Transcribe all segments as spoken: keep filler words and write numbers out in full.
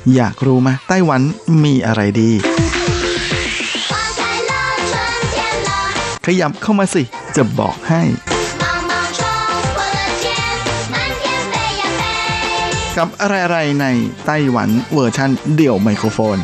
อยากรู้ไหมไต้หวันมีอะไรดีขยับเข้ามาสิจะบอกให้กับอะไรๆในไต้หวันเวอร์ชันเดี่ยวไมโครโฟน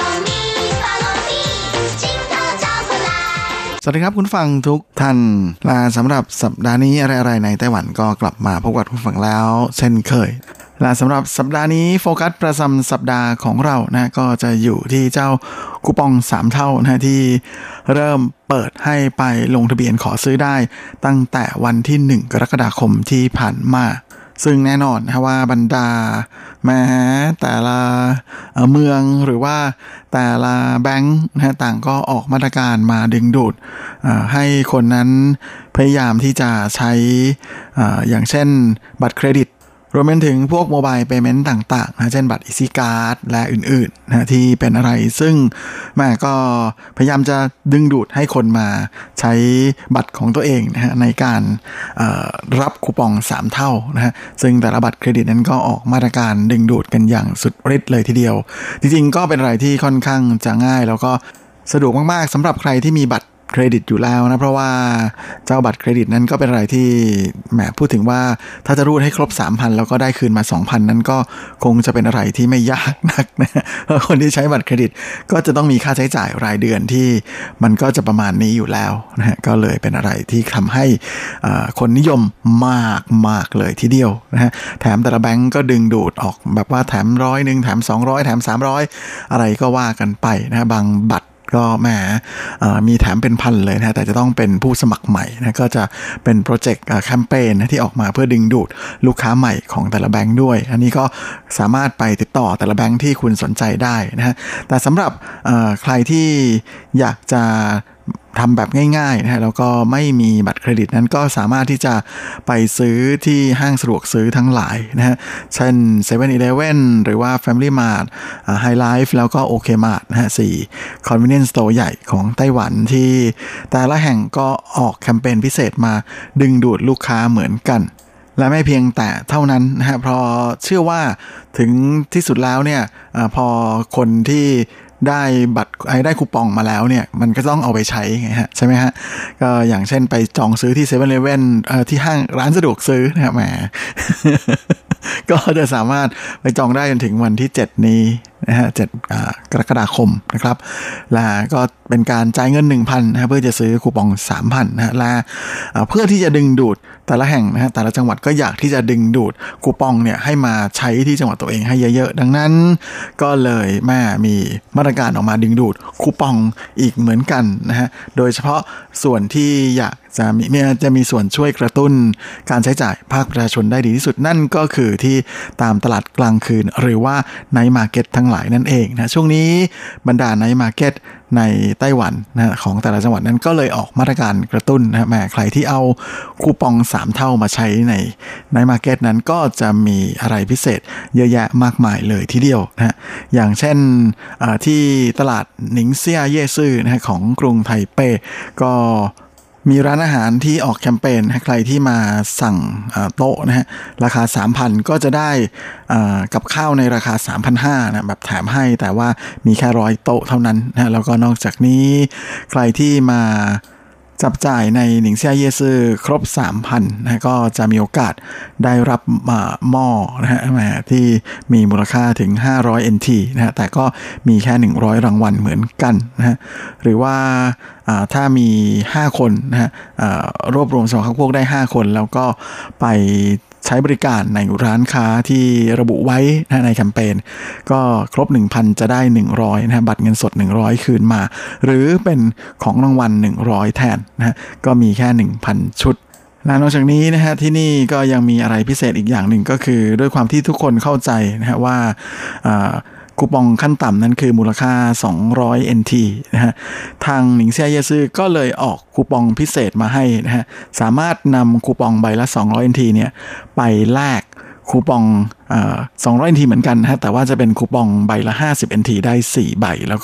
สวัสดีครับคุณฟังทุกท่านลาสำหรับสัปดาห์นี้อะไรๆในไต้หวันก็กลับมาพบกับคุณฟังแล้วเช่นเคยและสำหรับสัปดาห์นี้โฟกัสประจำสัปดาห์ของเรานะก็จะอยู่ที่เจ้าคูปองสามเท่านะที่เริ่มเปิดให้ไปลงทะเบียนขอซื้อได้ตั้งแต่วันที่หนึ่งกรกฎาคมที่ผ่านมาซึ่งแน่นอนนะว่าบรรดาแม้แต่ละเมืองหรือว่าแต่ละแบงค์นะต่างก็ออกมาตรการมาดึงดูดให้คนนั้นพยายามที่จะใช้อย่างเช่นบัตรเครดิตรวมไปถึงพวกโมบายเพย์เมนต์ต่างๆนะเช่นบัตร Easy Card และอื่นๆนะที่เป็นอะไรซึ่งแม่ก็พยายามจะดึงดูดให้คนมาใช้บัตรของตัวเองนะฮะในการรับคูปองสามเท่านะฮะซึ่งแต่ละบัตรเครดิตนั้นก็ออกมาตรการดึงดูดกันอย่างสุดฤทธิ์เลยทีเดียวจริงๆก็เป็นอะไรที่ค่อนข้างจะง่ายแล้วก็สะดวกมากๆสำหรับใครที่มีบัตรเครดิตอยู่แล้วนะเพราะว่าเจ้าบัตรเครดิตนั้นก็เป็นอะไรที่แหมพูดถึงว่าถ้าจะรูดให้ครบ สามพัน แล้วก็ได้คืนมา สองพัน นั้นก็คงจะเป็นอะไรที่ไม่ยากนักนะคนที่ใช้บัตรเครดิตก็จะต้องมีค่าใช้จ่ายรายเดือนที่มันก็จะประมาณนี้อยู่แล้วนะฮะก็เลยเป็นอะไรที่ทำให้คนนิยมมากมากเลยทีเดียวนะฮะแถมแต่ละแบงก์ก็ดึงดูดออกแบบว่าแถมร้อยนึงแถมสองร้อยแถมสามร้อยอะไรก็ว่ากันไปนะบางบัตรก็แหมมีแถมเป็นพันเลยนะแต่จะต้องเป็นผู้สมัครใหม่นะก็จะเป็นโปรเจกต์แคมเปญที่ออกมาเพื่อดึงดูดลูกค้าใหม่ของแต่ละแบงค์ด้วยอันนี้ก็สามารถไปติดต่อแต่ละแบงค์ที่คุณสนใจได้นะฮะแต่สำหรับใครที่อยากจะทำแบบง่ายๆนะฮะแล้วก็ไม่มีบัตรเครดิตนั้นก็สามารถที่จะไปซื้อที่ห้างสะดวกซื้อทั้งหลายนะฮะเช่น เซเว่น อีเลฟเว่น หรือว่า Family Mart อ่า High Life แล้วก็ โอ เค Mart นะฮะสี่ Convenience Store ใหญ่ของไต้หวันที่แต่ละแห่งก็ออกแคมเปญพิเศษมาดึงดูดลูกค้าเหมือนกันและไม่เพียงแต่เท่านั้นนะฮะเพราะเชื่อว่าถึงที่สุดแล้วเนี่ยอ่าพอคนที่ได้บัตรไอ้ได้คูปองมาแล้วเนี่ยมันก็ต้องเอาไปใช้ไงฮะใช่ไหมฮะก็อย่างเช่นไปจองซื้อที่ เซเว่น อีเลฟเว่น เอ่อที่ห้างร้านสะดวกซื้อนะครับแหม ก็จะสามารถไปจองได้จนถึงวันที่เจ็ดนี้นะฮะเจ็ดกรกฎาคมนะครับและก็เป็นการจ่ายเงิน หนึ่งพัน นะเพื่อจะซื้อคูปอง สามพัน นะและเพื่อที่จะดึงดูดแต่ละแห่งนะฮะแต่ละจังหวัดก็อยากที่จะดึงดูดคูปองเนี่ยให้มาใช้ที่จังหวัดตัวเองให้เยอะๆดังนั้นก็เลยแม่มีมาตรการออกมาดึงดูดคูปองอีกเหมือนกันนะฮะโดยเฉพาะส่วนที่อยากจะมีจะมีส่วนช่วยกระตุ้นการใช้จ่ายภาคประชาชนได้ดีที่สุดนั่นก็คือที่ตามตลาดกลางคืนหรือว่าไนท์มาร์เก็ตทั้งหลายนั่นเองนะช่วงนี้บรรดาไนท์มาร์เก็ตในไต้หวันนะของแต่ละจังหวัดนั้นก็เลยออกมาตรการกระตุ้นนะแม่ใครที่เอาคูปองสามเท่ามาใช้ในไนท์มาร์เก็ตนั้นก็จะมีอะไรพิเศษเยอะแยะมากมายเลยทีเดียวนะอย่างเช่นที่ตลาดหนิงเซี่ยเย่ซื่อนะของกรุงไทเปก็มีร้านอาหารที่ออกแคมเปญให้ใครที่มาสั่งโต๊ะนะฮะราคา สามพัน ก็จะได้กับข้าวในราคา สามพันห้าร้อย นะแบบแถมให้แต่ว่ามีแค่ร้อยโต๊ะเท่านั้นนะแล้วก็นอกจากนี้ใครที่มาจับจ่ายในหนิงเซี่ยเย่ซื่อครบ สามพัน นะก็จะมีโอกาสได้รับหม้อนะฮะที่มีมูลค่าถึงห้าร้อย เอ็น ที นะฮะแต่ก็มีแค่หนึ่งร้อยรางวัลเหมือนกันนะฮะหรือว่าถ้ามีห้าคนนะฮะรวบรวมสมาชิกพวกได้ห้าคนแล้วก็ไปใช้บริการในร้านค้าที่ระบุไว้นะในแคมเปญก็ครบ หนึ่งพัน จะได้หนึ่งร้อยนะบัตรเงินสดหนึ่งร้อยคืนมาหรือเป็นของรางวัลหนึ่งร้อยแทนนะก็มีแค่ หนึ่งพัน ชุดและนอกจากนี้นะฮะที่นี่ก็ยังมีอะไรพิเศษอีกอย่างหนึ่งก็คือด้วยความที่ทุกคนเข้าใจนะฮะว่าคูปองขั้นต่ำนั้นคือมูลค่าสองร้อย เอ็น ที นะฮะทางหนิงเซี่ยเย่ซื่อก็เลยออกคูปองพิเศษมาให้นะฮะสามารถนำคูปองใบละสองร้อย เอ็น ที เนี่ยไปแลกคูปองเอ่อสองร้อย เอ็น ที เหมือนกันนะฮะแต่ว่าจะเป็นคูปองใบละห้าสิบ เอ็น ที ได้สี่ใบแล้วก็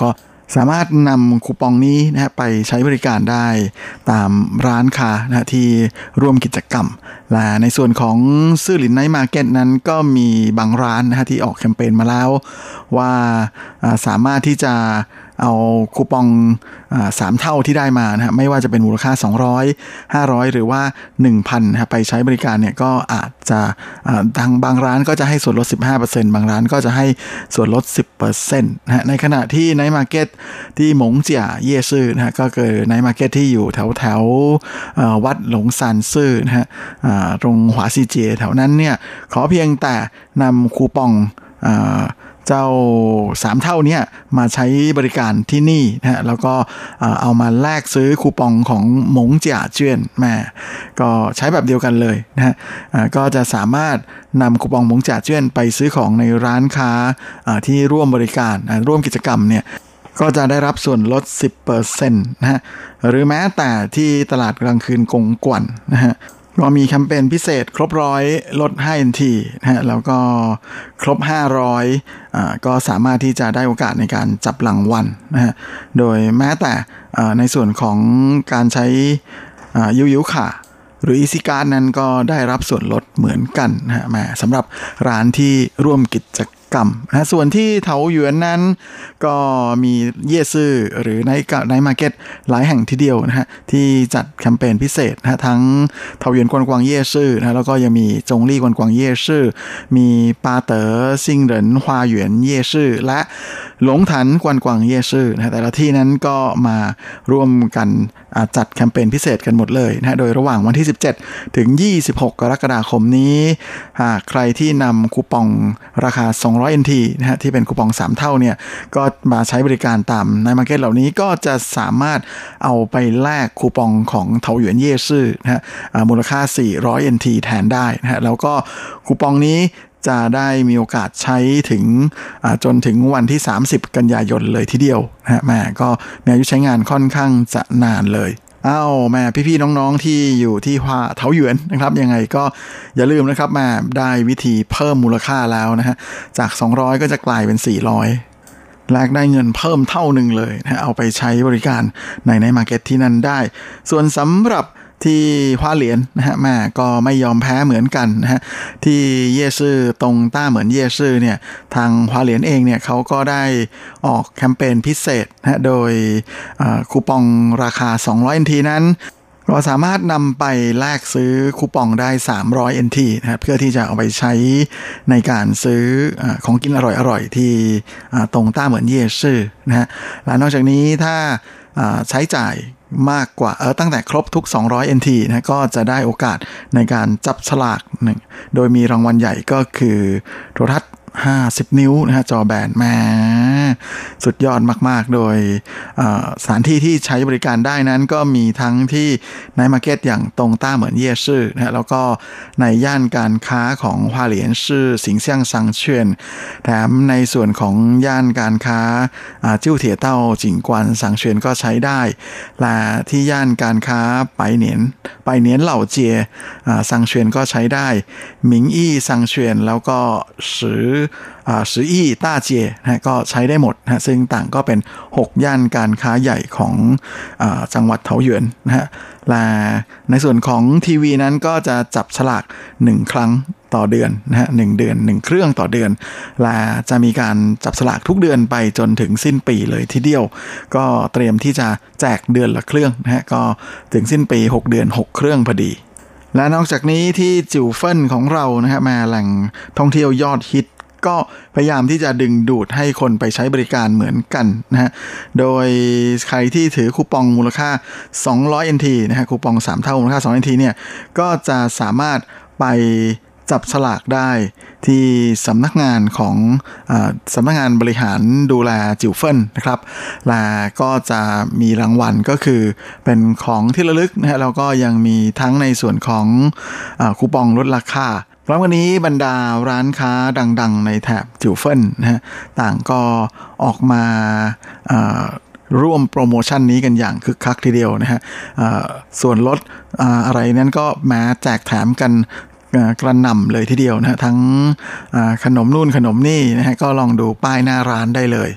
สามารถนำคูปองนี้นะฮะไปใช้บริการได้ตามร้านค้านะฮะที่ร่วมกิจกรรมและในส่วนของซื่อหลินไนท์มาร์เก็ตนั้นก็มีบางร้านนะฮะที่ออกแคมเปญมาแล้วว่าสามารถที่จะเอาคูปองสามเท่าที่ได้มานะฮะไม่ว่าจะเป็นมูลค่าสองร้อย ห้าร้อยหรือว่า หนึ่งพัน นะฮะไปใช้บริการเนี่ยก็อาจจะทางบางร้านก็จะให้ส่วนลด สิบห้าเปอร์เซ็นต์ บางร้านก็จะให้ส่วนลด สิบเปอร์เซ็นต์ นะฮะในขณะที่ไนท์มาร์เก็ตที่หมงเจี๋ยเย่ซื่อนะฮะก็คือไนท์มาร์เก็ตที่อยู่แถวแถววัดหลงซานซื่อนะฮะตรงหวาซีเจียแถวนั้นเนี่ยขอเพียงแต่นำคูปองเจ้าสามเท่านี้มาใช้บริการที่นี่นะฮะแล้วก็เอามาแลกซื้อคูปองของหมงเจี๋ยเจี้ยนแม่ก็ใช้แบบเดียวกันเลยนะฮะก็จะสามารถนำคูปองหมงเจี๋ยเจี้ยนไปซื้อของในร้านค้าที่ร่วมบริการร่วมกิจกรรมเนี่ยก็จะได้รับส่วนลด สิบเปอร์เซ็นต์ นะฮะหรือแม้แต่ที่ตลาดกลางคืนกงกวนนะฮะก็มีแคมเปญพิเศษครบร้อยลด ห้า เอ็น ที นะฮะแล้วก็ครบห้าร้อยอ่าก็สามารถที่จะได้โอกาสในการจับรางวัลนะฮะโดยแม้แต่ในส่วนของการใช้ยูยูค่ะหรือ Easy Card นั้นก็ได้รับส่วนลดเหมือนกันนะฮะมาสำหรับร้านที่ร่วมกิจกรรมนะส่วนที่เถาหยวนนั้นก็มีเย่ซื่อหรือในในมาร์เก็ตหลายแห่งทีเดียวนะฮะที่จัดแคมเปญพิเศษนะทั้งเถาหยวนกวนกวางเย่ซื่อนะแล้วก็ยังมีจงลี่กวนกวางเย่ซื่อมีปาเต๋อซิงเหรินฮวาหยวนเย่ซื่อและหลงถันกวนกวางเย่ซื่อนะแต่ละที่นั้นก็มาร่วมกันจัดแคมเปญพิเศษกันหมดเลยนะโดยระหว่างวันที่สิบเจ็ดถึงยี่สิบหกกรกฎาคมนี้หากใครที่นำคูปองราคาสองร้อย เอ็น ที นะฮะที่เป็นคูปองสามเท่าเนี่ยก็มาใช้บริการตามในมาร์เก็ตเหล่านี้ก็จะสามารถเอาไปแลกคูปองของเถาหยวนเย่ซื่อนะฮะมูลค่าสี่ร้อย เอ็น ที แทนได้นะฮะแล้วก็คูปองนี้จะได้มีโอกาสใช้ถึงจนถึงวันที่สามสิบกันยายนเลยทีเดียวนะฮะแม่ก็มีอายุใช้งานค่อนข้างจะนานเลยอ้าวแม่พี่ๆน้องๆที่อยู่ที่ฮวาเถาหยวนนะครับยังไงก็อย่าลืมนะครับแม่ได้วิธีเพิ่มมูลค่าแล้วนะฮะจากสองร้อยก็จะกลายเป็นสี่ร้อยแลกได้เงินเพิ่มเท่านึงเลยนะเอาไปใช้บริการในในมาร์เก็ตที่นั่นได้ส่วนสำหรับที่ฮวาเหลียนนะฮะแม่ก็ไม่ยอมแพ้เหมือนกันนะฮะที่เย่ซื่อตรงต้าเหมือนเย่ซื่อเนี่ยทางฮวาเหลียนเองเนี่ยเขาก็ได้ออกแคมเปญพิเศษนะโดยคูปองราคาสองร้อย เอ็น ที นั้นก็สามารถนำไปแลกซื้อคูปองได้สามร้อย เอ็น ที นะครับเพื่อที่จะเอาไปใช้ในการซื้อของกินอร่อยๆที่ตรงต้าเหมือนเย่ซื่อนะฮะและนอกจากนี้ถ้าใช้จ่ายมากกว่าเออตั้งแต่ครบทุกสองร้อย เอ็น ที นะก็จะได้โอกาสในการจับฉลากหนึ่งโดยมีรางวัลใหญ่ก็คือโทรทัศน์ห้าสิบนิ้วนะฮะจอแบนแม่สุดยอดมากๆโดยสถานที่ที่ใช้บริการได้นั้นก็มีทั้งที่ในมาร์เก็ตอย่างตรงต้าเหมือนเย่ซื่อนะฮะแล้วก็ในย่านการค้าของฮวาเหลียนซื่อสิงเซี่ยงซังเฉียนแถมในส่วนของย่านการค้าจิ้วเถี่ยเต้าจิงกวนซังเฉียนก็ใช้ได้และที่ย่านการค้าไปเหนียนไปเหนียนเหล่าเจียซังเฉียนก็ใช้ได้หมิงอี้ซังเฉียนแล้วก็สืออ่าสืออี้ต้าเจียนะก็ใช้ได้หมดนะซึ่งต่างก็เป็นหกย่านการค้าใหญ่ของอ่าจังหวัดเถาหยวนนะฮะและในส่วนของทีวีนั้นก็จะจับฉลากหนึ่งครั้งต่อเดือนนะฮะหนึ่งเดือนหนึ่งเครื่องต่อเดือนและจะมีการจับฉลากทุกเดือนไปจนถึงสิ้นปีเลยทีเดียวก็เตรียมที่จะแจกเดือนละเครื่องนะฮะก็ถึงสิ้นปีหกเดือนหกเครื่องพอดีและนอกจากนี้ที่จิ๋วเฟินของเรานะฮะมาแหล่งท่องเที่ยวยอดฮิตก็พยายามที่จะดึงดูดให้คนไปใช้บริการเหมือนกันนะฮะโดยใครที่ถือคูปองมูลค่าสองร้อย เอ็น ที นะฮะคูปองสามเท่ามูลค่าสองร้อย เอ็น ที เนี่ยก็จะสามารถไปจับฉลากได้ที่สำนักงานของอ่าสำนักงานบริหารดูแลจิ๋วเฟินนะครับและก็จะมีรางวัลก็คือเป็นของที่ระลึกนะฮะแล้วก็ยังมีทั้งในส่วนของอ่าคูปองลดราคาพร้อมกันนี้บรรดาร้านค้าดังๆในแถบจิ๋วเฟินนะฮะต่างก็ออกมาร่วมโปรโมชั่นนี้กันอย่างคึกคักทีเดียวนะฮะส่วนลดอะไรนั้นก็แม้แจกแถมกันกระหน่ำเลยทีเดียวนะฮะทั้งขนมนู่นขนมนี่นะฮะก็ลองดูป้ายหน้าร้านได้เลย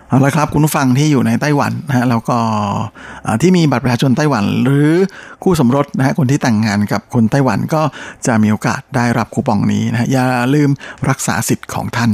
เอาละครับคุณผู้ฟังที่อยู่ในไต้หวันนะฮะแล้วก็ที่มีบัตรประชาชนไต้หวันหรือคู่สมรสนะฮะคนที่แต่งงานกับคนไต้หวันก็จะมีโอกาสได้รับคูปองนี้นะฮะอย่าลืมรักษาสิทธิ์ของท่าน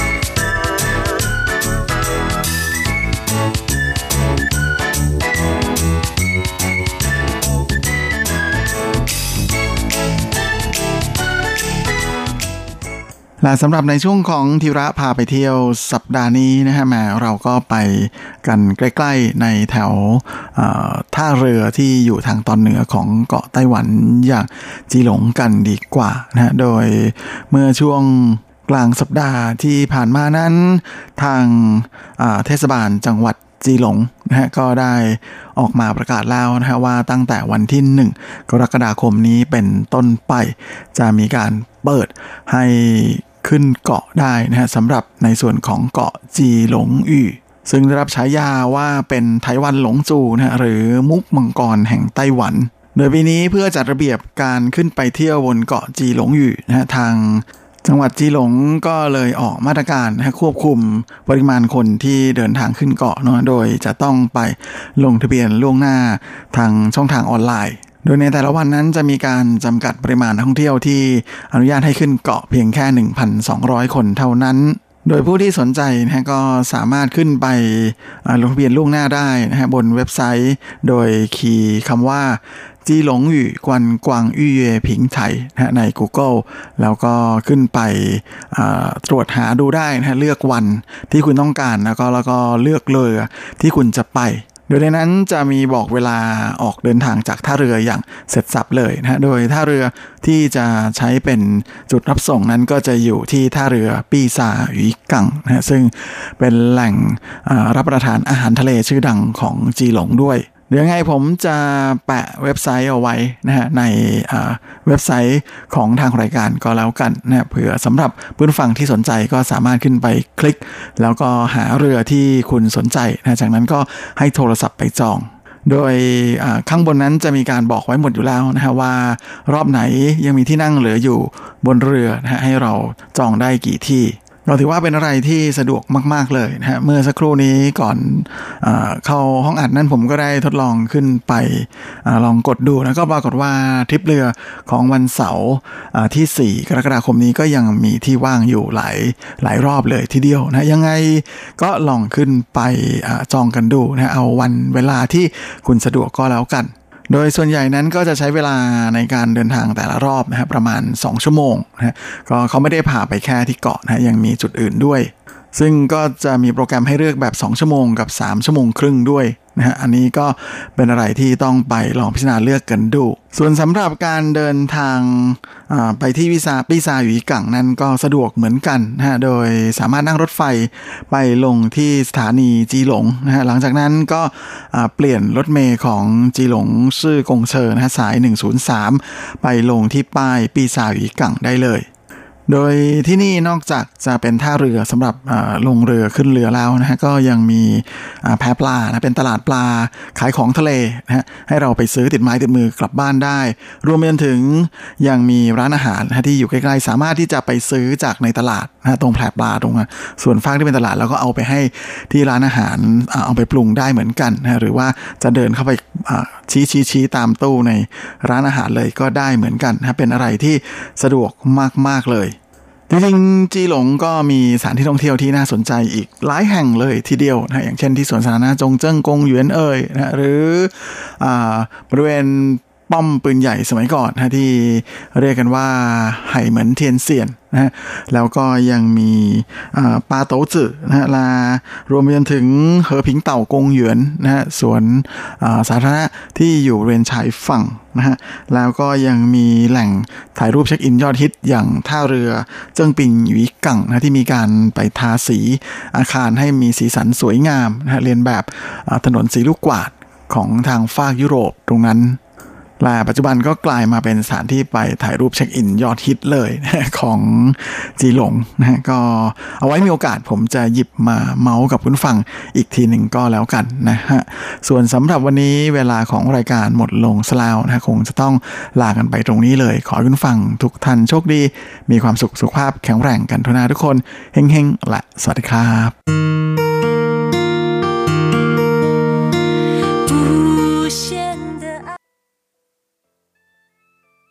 และสำหรับในช่วงของธีระพาไปเที่ยวสัปดาห์นี้นะฮะมาเราก็ไปกันใกล้ๆในแถวท่าเรือที่อยู่ทางตอนเหนือของเกาะไต้หวันอย่างจีหลงกันดีกว่านะฮะโดยเมื่อช่วงกลางสัปดาห์ที่ผ่านมานั้นทางเทศบาลจังหวัดจีหลงนะฮะก็ได้ออกมาประกาศแล้วนะฮะว่าตั้งแต่วันที่หนึ่งกรกฎาคมนี้เป็นต้นไปจะมีการเปิดให้ขึ้นเกาะได้นะฮะสำหรับในส่วนของเกาะจีหลงอี่ซึ่งได้รับฉายาว่าเป็นไต้หวันหลงจูนะฮะหรือมุกมังกรแห่งไต้หวันโดยปีนี้เพื่อจัดระเบียบการขึ้นไปเที่ยวบนเกาะจีหลงอี่นะฮะทางจังหวัดจีหลงก็เลยออกมาตรการนะควบคุมปริมาณคนที่เดินทางขึ้นเกาะเนาะโดยจะต้องไปลงทะเบียนล่วงหน้าทางช่องทางออนไลน์โดยในแต่ละวันนั้นจะมีการจำกัดปริมาณนักท่องเที่ยวที่อนุญาตให้ขึ้นเกาะเพียงแค่ หนึ่งพันสองร้อย คนเท่านั้นโดยผู้ที่สนใจนะก็สามารถขึ้นไปลงทะเบียนล่วงหน้าได้นะฮะบนเว็บไซต์โดยคีย์คำว่าจีหลงอี่กวนกวางอี้เย่ผิงไถนะฮะใน Google แล้วก็ขึ้นไปตรวจหาดูได้นะฮะเลือกวันที่คุณต้องการแล้วก็แล้วก็เลือกเรือที่คุณจะไปโดยในนั้นจะมีบอกเวลาออกเดินทางจากท่าเรืออย่างเสร็จสับเลยนะฮะโดยท่าเรือที่จะใช้เป็นจุดรับส่งนั้นก็จะอยู่ที่ท่าเรือปีซาหยีกังนะฮะซึ่งเป็นแหล่งรับประทานอาหารทะเลชื่อดังของจีหลงด้วยเดี๋ยวไงผมจะแปะเว็บไซต์เอาไว้นะฮะในเว็บไซต์ของทางรายการก็แล้วกันนะเผื่อสำหรับผู้ฟังที่สนใจก็สามารถขึ้นไปคลิกแล้วก็หาเรือที่คุณสนใจนะจากนั้นก็ให้โทรศัพท์ไปจองโดยข้างบนนั้นจะมีการบอกไว้หมดอยู่แล้วนะฮะว่ารอบไหนยังมีที่นั่งเหลืออยู่บนเรือนะฮะให้เราจองได้กี่ที่เราถือว่าเป็นอะไรที่สะดวกมากๆเลยนะฮะเมื่อสักครู่นี้ก่อนเอ่อเข้าห้องอัดนั้นผมก็ได้ทดลองขึ้นไปอลองกดดูแล้วก็ปรากฏว่าทริปเรือของวันเสาร์ที่สี่กรกฎาคมนี้ก็ยังมีที่ว่างอยู่หลายหลายรอบเลยทีเดียวนะยังไงก็ลองขึ้นไปจองกันดูนะเอาวันเวลาที่คุณสะดวกก็แล้วกันโดยส่วนใหญ่นั้นก็จะใช้เวลาในการเดินทางแต่ละรอบนะครับประมาณสองชั่วโมงนะก็เขาไม่ได้พาไปแค่ที่เกาะนะยังมีจุดอื่นด้วยซึ่งก็จะมีโปรแกรมให้เลือกแบบสองชั่วโมงกับสามชั่วโมงครึ่งด้วยนะฮะอันนี้ก็เป็นอะไรที่ต้องไปลองพิจารณาเลือกกันดูส่วนสำหรับการเดินทางไปที่วิซาปีซาหยีกังนั้นก็สะดวกเหมือนกันนะฮะโดยสามารถนั่งรถไฟไปลงที่สถานีจีหลงนะฮะหลังจากนั้นก็เปลี่ยนรถเมล์ของจีหลงซื่อกงเชอนะฮะสายหนึ่งศูนย์สามไปลงที่ป้ายปีซาหยีกังได้เลยโดยที่นี่นอกจากจะเป็นท่าเรือสำหรับลงเรือขึ้นเรือแล้วนะฮะก็ยังมีแพปลานะเป็นตลาดปลาขายของทะเลนะฮะให้เราไปซื้อติดไม้ติดมือกลับบ้านได้รวมไปจนถึงยังมีร้านอาหารนะที่อยู่ใกล้ๆสามารถที่จะไปซื้อจากในตลาดนะตรงแพปลาตรงส่วนฟากที่เป็นตลาดแล้วก็เอาไปให้ที่ร้านอาหารเอาไปปรุงได้เหมือนกันนะหรือว่าจะเดินเข้าไปชี้ชี้ชี้ตามตู้ในร้านอาหารเลยก็ได้เหมือนกันนะเป็นอะไรที่สะดวกมากๆเลยจริงๆจีหลงก็มีสถานที่ท่องเที่ยวที่น่าสนใจอีกหลายแห่งเลยทีเดียวนะอย่างเช่นที่สวนสาธารณะจงเจิ้งกงหยวนเอ่ยนะหรืออ่าบริเวณป้อมปืนใหญ่สมัยก่อนนะที่เรียกกันว่าไหเหมือนเทียนเซียนนะฮะแล้วก็ยังมีปาโตจื่อนะฮะลารวมไปจนถึงเหอผิงเต่ากงหยวนนะฮะสวนสาธารณะที่อยู่บริเวณชายฝั่งนะฮะแล้วก็ยังมีแหล่งถ่ายรูปเช็คอินยอดฮิตอย่างท่าเรือเจิ้งปิงหยีกังนะที่มีการไปทาสีอาคารให้มีสีสันสวยงามนะฮะเรียนแบบถนนสีลูกกวาดของทางฝั่งยุโรปตรงนั้นและปัจจุบันก็กลายมาเป็นสถานที่ไปถ่ายรูปเช็คอินยอดฮิตเลยของจีหลงนะก็เอาไว้มีโอกาสผมจะหยิบมาเมาส์กับคุณฟังอีกทีหนึ่งก็แล้วกันนะฮะส่วนสำหรับวันนี้เวลาของรายการหมดลงซะแล้วนะคงจะต้องลากันไปตรงนี้เลยขอให้คุณฟังทุกท่านโชคดีมีความสุขสุขภาพแข็งแรงกันทุกนาทุกคนเฮงๆและสวัสดีครับ